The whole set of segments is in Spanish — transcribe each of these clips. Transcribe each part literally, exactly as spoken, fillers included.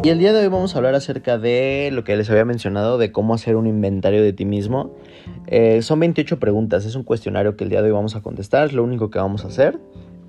Y el día de hoy vamos a hablar acerca de lo que les había mencionado, de cómo hacer un inventario de ti mismo. Eh, son veintiocho preguntas, es un cuestionario que el día de hoy vamos a contestar, es lo único que vamos a hacer.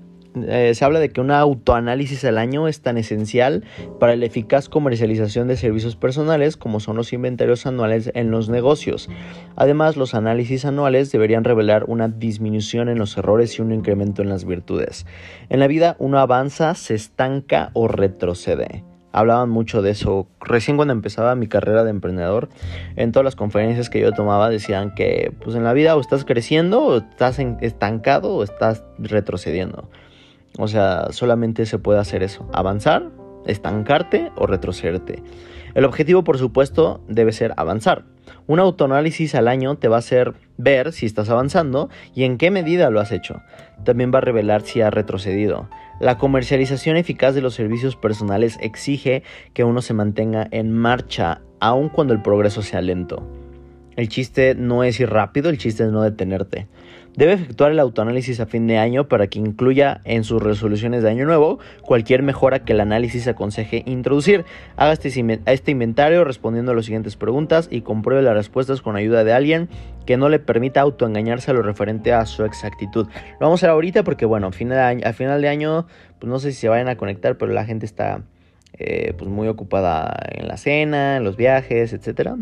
Eh, se habla de que un autoanálisis al año es tan esencial para la eficaz comercialización de servicios personales como son los inventarios anuales en los negocios. Además, los análisis anuales deberían revelar una disminución en los errores y un incremento en las virtudes. En la vida, uno avanza, se estanca o retrocede. Hablaban mucho de eso. Recién cuando empezaba mi carrera de emprendedor, en todas las conferencias que yo tomaba decían que pues en la vida o estás creciendo, o estás estancado o estás retrocediendo. O sea, solamente se puede hacer eso: avanzar, estancarte o retrocederte. El objetivo, por supuesto, debe ser avanzar. Un autoanálisis al año te va a hacer ver si estás avanzando y en qué medida lo has hecho. También va a revelar si has retrocedido. La comercialización eficaz de los servicios personales exige que uno se mantenga en marcha, aun cuando el progreso sea lento. El chiste no es ir rápido, el chiste es no detenerte. Debe efectuar el autoanálisis a fin de año para que incluya en sus resoluciones de año nuevo cualquier mejora que el análisis aconseje introducir. Haga este, este inventario respondiendo a las siguientes preguntas y compruebe las respuestas con ayuda de alguien que no le permita autoengañarse a lo referente a su exactitud. Lo vamos a hacer ahorita porque, bueno, a final de año, a final de año pues no sé si se vayan a conectar, pero la gente está eh, pues muy ocupada en la cena, en los viajes, etcétera.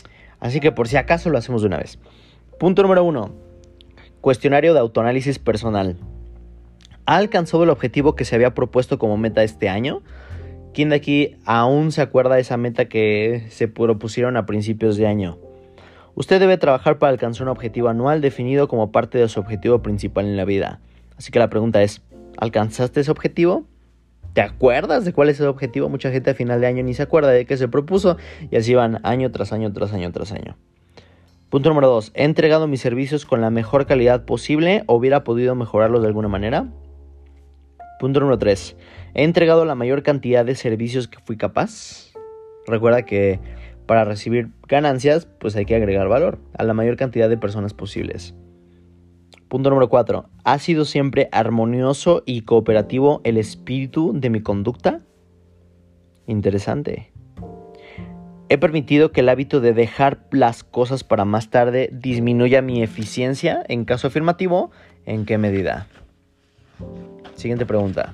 Así que por si acaso lo hacemos de una vez. Punto número uno. Cuestionario de autoanálisis personal. ¿Ha alcanzado el objetivo que se había propuesto como meta este año? ¿Quién de aquí aún se acuerda de esa meta que se propusieron a principios de año? Usted debe trabajar para alcanzar un objetivo anual definido como parte de su objetivo principal en la vida. Así que la pregunta es, ¿alcanzaste ese objetivo? ¿Te acuerdas de cuál es el objetivo? Mucha gente a final de año ni se acuerda de qué se propuso y así van año tras año tras año tras año. Punto número dos. ¿He entregado mis servicios con la mejor calidad posible o hubiera podido mejorarlos de alguna manera? Punto número tres. ¿He entregado la mayor cantidad de servicios que fui capaz? Recuerda que para recibir ganancias, pues hay que agregar valor a la mayor cantidad de personas posibles. Punto número cuatro. ¿Ha sido siempre armonioso y cooperativo el espíritu de mi conducta? Interesante. ¿He permitido que el hábito de dejar las cosas para más tarde disminuya mi eficiencia? En caso afirmativo, ¿en qué medida? Siguiente pregunta.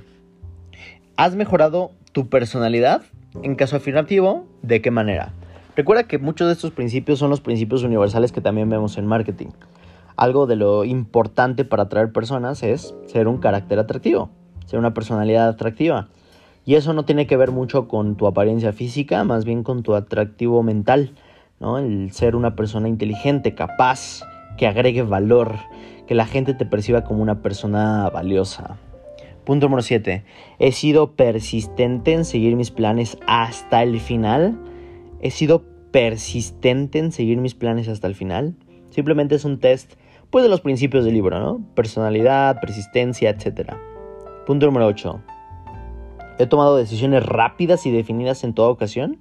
¿Has mejorado tu personalidad? En caso afirmativo, ¿de qué manera? Recuerda que muchos de estos principios son los principios universales que también vemos en marketing. Algo de lo importante para atraer personas es ser un carácter atractivo, ser una personalidad atractiva. Y eso no tiene que ver mucho con tu apariencia física, más bien con tu atractivo mental, ¿no? El ser una persona inteligente, capaz, que agregue valor, que la gente te perciba como una persona valiosa. Punto número siete. ¿He sido persistente en seguir mis planes hasta el final? ¿He sido persistente en seguir mis planes hasta el final? Simplemente es un test, pues, de los principios del libro, ¿no? Personalidad, persistencia, etcétera. Punto número ocho. ¿He tomado decisiones rápidas y definidas en toda ocasión?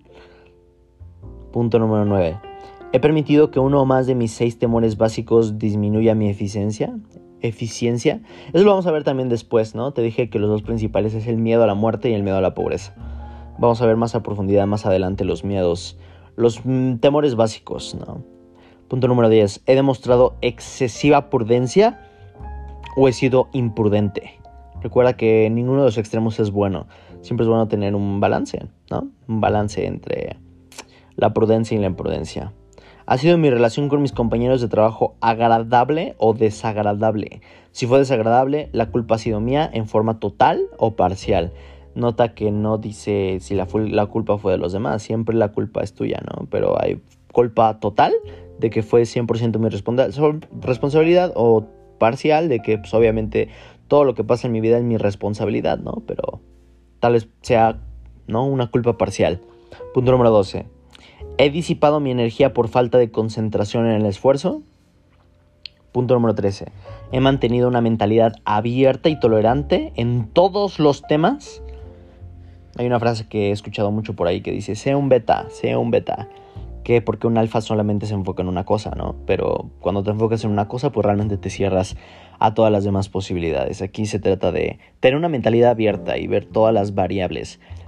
Punto número nueve. ¿He permitido que uno o más de mis seis temores básicos disminuya mi eficiencia? ¿Eficiencia? Eso lo vamos a ver también después, ¿no? Te dije que los dos principales es el miedo a la muerte y el miedo a la pobreza. Vamos a ver más a profundidad más adelante los miedos, los mm, temores básicos, ¿no? Punto número diez. ¿He demostrado excesiva prudencia o he sido imprudente? Recuerda que ninguno de los extremos es bueno. Siempre es bueno tener un balance, ¿no? Un balance entre la prudencia y la imprudencia. ¿Ha sido mi relación con mis compañeros de trabajo agradable o desagradable? Si fue desagradable, la culpa ha sido mía en forma total o parcial. Nota que no dice si la, la culpa fue de los demás. Siempre la culpa es tuya, ¿no? Pero hay culpa total de que fue cien por ciento mi responsa- responsabilidad o parcial de que, pues, obviamente todo lo que pasa en mi vida es mi responsabilidad, ¿no? Pero tal vez sea, ¿no?, una culpa parcial. Punto número doce. ¿He disipado mi energía por falta de concentración en el esfuerzo? Punto número trece. ¿He mantenido una mentalidad abierta y tolerante en todos los temas? Hay una frase que he escuchado mucho por ahí que dice, sea un beta, sea un beta. Que porque un alfa solamente se enfoca en una cosa, ¿no? Pero cuando te enfocas en una cosa, pues realmente te cierras a todas las demás posibilidades. Aquí se trata de tener una mentalidad abierta y ver todas las variables.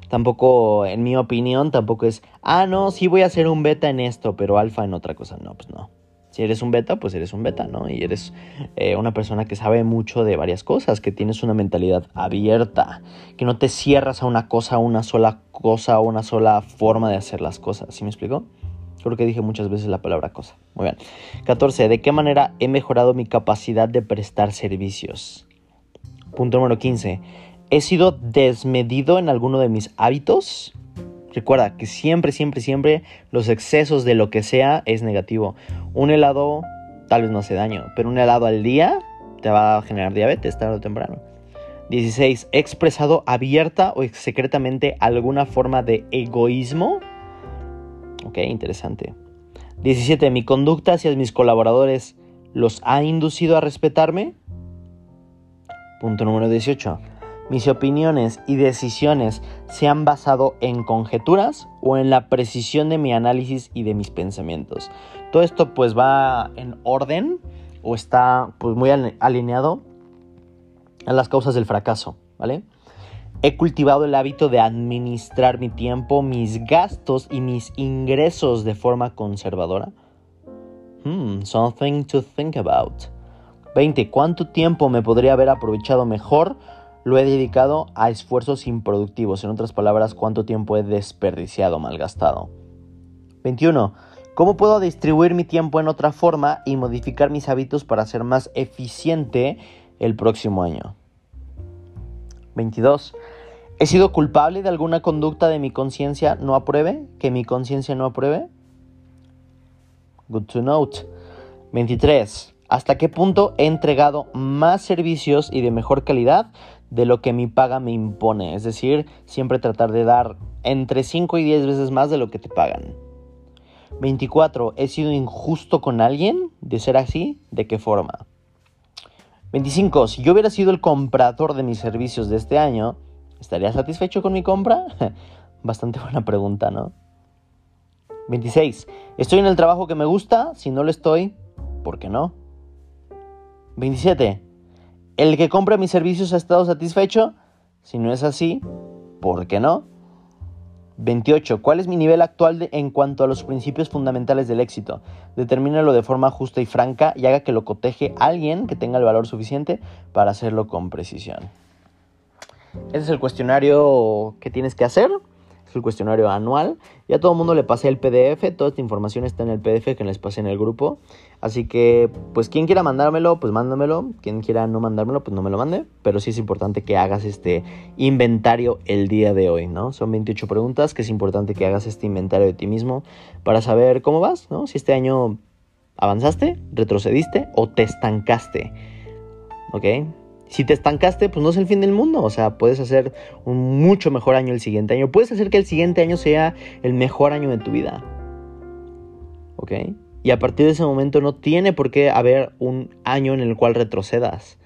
Tampoco, en mi opinión, tampoco es, ah, no, sí voy a ser un beta en esto, pero alfa en otra cosa. No, pues no. Si eres un beta, pues eres un beta, ¿no? Y eres eh, una persona que sabe mucho de varias cosas, que tienes una mentalidad abierta, que no te cierras a una cosa, a una sola cosa, a una sola forma de hacer las cosas. ¿Sí me explico? Creo que dije muchas veces la palabra cosa. Muy bien. catorce. ¿De qué manera he mejorado mi capacidad de prestar servicios? Punto número quince. ¿He sido desmedido en alguno de mis hábitos? Recuerda que siempre, siempre, siempre los excesos de lo que sea es negativo. Un helado tal vez no hace daño, pero un helado al día te va a generar diabetes tarde o temprano. dieciséis. ¿He expresado abierta o secretamente alguna forma de egoísmo? Ok, interesante. diecisiete. ¿Mi conducta hacia mis colaboradores los ha inducido a respetarme? Punto número dieciocho. ¿Mis opiniones y decisiones se han basado en conjeturas o en la precisión de mi análisis y de mis pensamientos? Todo esto pues va en orden o está pues muy alineado a las causas del fracaso, ¿vale? He cultivado el hábito de administrar mi tiempo, mis gastos y mis ingresos de forma conservadora. Hmm, something to think about. veinte. ¿Cuánto tiempo me podría haber aprovechado mejor? Lo he dedicado a esfuerzos improductivos. En otras palabras, ¿cuánto tiempo he desperdiciado, malgastado? veintiuno. ¿Cómo puedo distribuir mi tiempo en otra forma y modificar mis hábitos para ser más eficiente el próximo año? veintidós. ¿He sido culpable de alguna conducta de mi conciencia no apruebe? ¿Que mi conciencia no apruebe? Good to note. veintitrés. ¿Hasta qué punto he entregado más servicios y de mejor calidad de lo que mi paga me impone? Es decir, siempre tratar de dar entre cinco y diez veces más de lo que te pagan. veinticuatro. ¿He sido injusto con alguien? De ser así, ¿de qué forma? veinticinco. Si yo hubiera sido el comprador de mis servicios de este año, ¿estaría satisfecho con mi compra? Bastante buena pregunta, ¿no? veintiséis. ¿Estoy en el trabajo que me gusta? Si no lo estoy, ¿por qué no? veintisiete. ¿El que compra mis servicios ha estado satisfecho? Si no es así, ¿por qué no? veintiocho. ¿Cuál es mi nivel actual de, en cuanto a los principios fundamentales del éxito? Determínalo de forma justa y franca y haga que lo coteje alguien que tenga el valor suficiente para hacerlo con precisión. Ese es el cuestionario que tienes que hacer. Es el cuestionario anual. Ya a todo el mundo le pasé el P D F. Toda esta información está en el P D F que les pasé en el grupo. Así que, pues, quien quiera mandármelo, pues mándamelo. Quien quiera no mandármelo, pues no me lo mande. Pero sí es importante que hagas este inventario el día de hoy, ¿no? Son veintiocho preguntas que es importante que hagas este inventario de ti mismo para saber cómo vas, ¿no? Si este año avanzaste, retrocediste o te estancaste, ¿ok? Si te estancaste, pues no es el fin del mundo. O sea, puedes hacer un mucho mejor año el siguiente año. Puedes hacer que el siguiente año sea el mejor año de tu vida. ¿Ok? Y a partir de ese momento no tiene por qué haber un año en el cual retrocedas.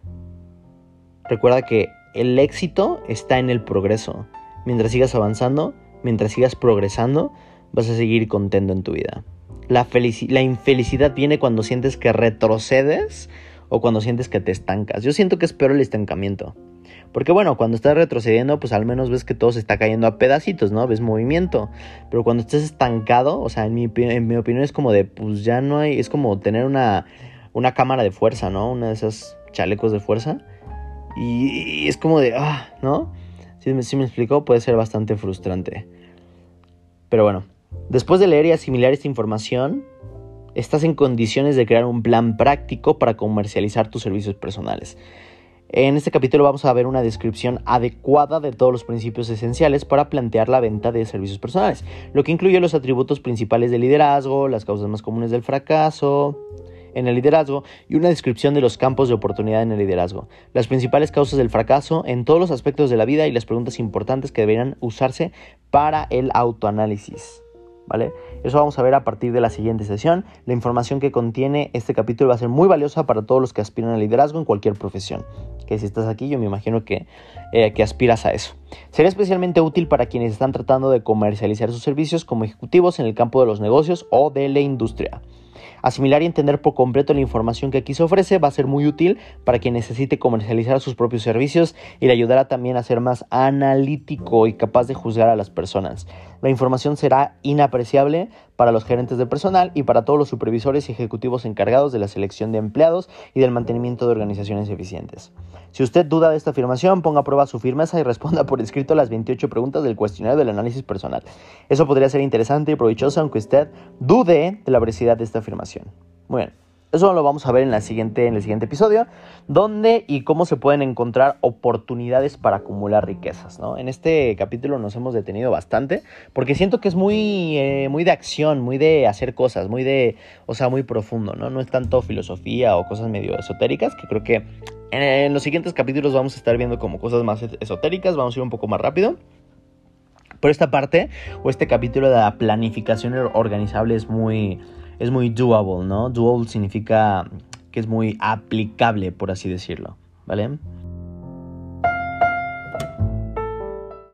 Recuerda que el éxito está en el progreso. Mientras sigas avanzando, mientras sigas progresando, vas a seguir contento en tu vida. La, felici- la infelicidad viene cuando sientes que retrocedes o cuando sientes que te estancas. Yo siento que es peor el estancamiento. Porque bueno, cuando estás retrocediendo, pues al menos ves que todo se está cayendo a pedacitos, ¿no? Ves movimiento. Pero cuando estás estancado, o sea, en mi, en mi opinión es como de, pues ya no hay... Es como tener una, una cámara de fuerza, ¿no? Una de esas chalecos de fuerza. Y, y es como de, ah, ¿no? Si me, si me explico, puede ser bastante frustrante. Pero bueno, después de leer y asimilar esta información, estás en condiciones de crear un plan práctico para comercializar tus servicios personales. En este capítulo vamos a ver una descripción adecuada de todos los principios esenciales para plantear la venta de servicios personales, lo que incluye los atributos principales del liderazgo, las causas más comunes del fracaso en el liderazgo y una descripción de los campos de oportunidad en el liderazgo, las principales causas del fracaso en todos los aspectos de la vida y las preguntas importantes que deberían usarse para el autoanálisis. ¿Vale? Eso vamos a ver a partir de la siguiente sesión. La información que contiene este capítulo va a ser muy valiosa para todos los que aspiran al liderazgo en cualquier profesión. Que si estás aquí, yo me imagino que, eh, que aspiras a eso. Será especialmente útil para quienes están tratando de comercializar sus servicios como ejecutivos en el campo de los negocios o de la industria. Asimilar y entender por completo la información que aquí se ofrece va a ser muy útil para quien necesite comercializar sus propios servicios y le ayudará también a ser más analítico y capaz de juzgar a las personas. La información será inapreciable para los gerentes de personal y para todos los supervisores y ejecutivos encargados de la selección de empleados y del mantenimiento de organizaciones eficientes. Si usted duda de esta afirmación, ponga a prueba su firmeza y responda por escrito las veintiocho preguntas del cuestionario del análisis personal. Eso podría ser interesante y provechoso aunque usted dude de la veracidad de esta afirmación. Muy bien. Eso lo vamos a ver en, la siguiente, en el siguiente episodio, dónde y cómo se pueden encontrar oportunidades para acumular riquezas, ¿no? En este capítulo nos hemos detenido bastante, porque siento que es muy, eh, muy de acción, muy de hacer cosas, muy de, o sea, muy profundo, ¿no? No es tanto filosofía o cosas medio esotéricas, que creo que en, en los siguientes capítulos vamos a estar viendo como cosas más esotéricas, vamos a ir un poco más rápido. Pero esta parte, o este capítulo de la planificación organizable es muy... es muy doable, ¿no? Doable significa que es muy aplicable, por así decirlo, ¿vale?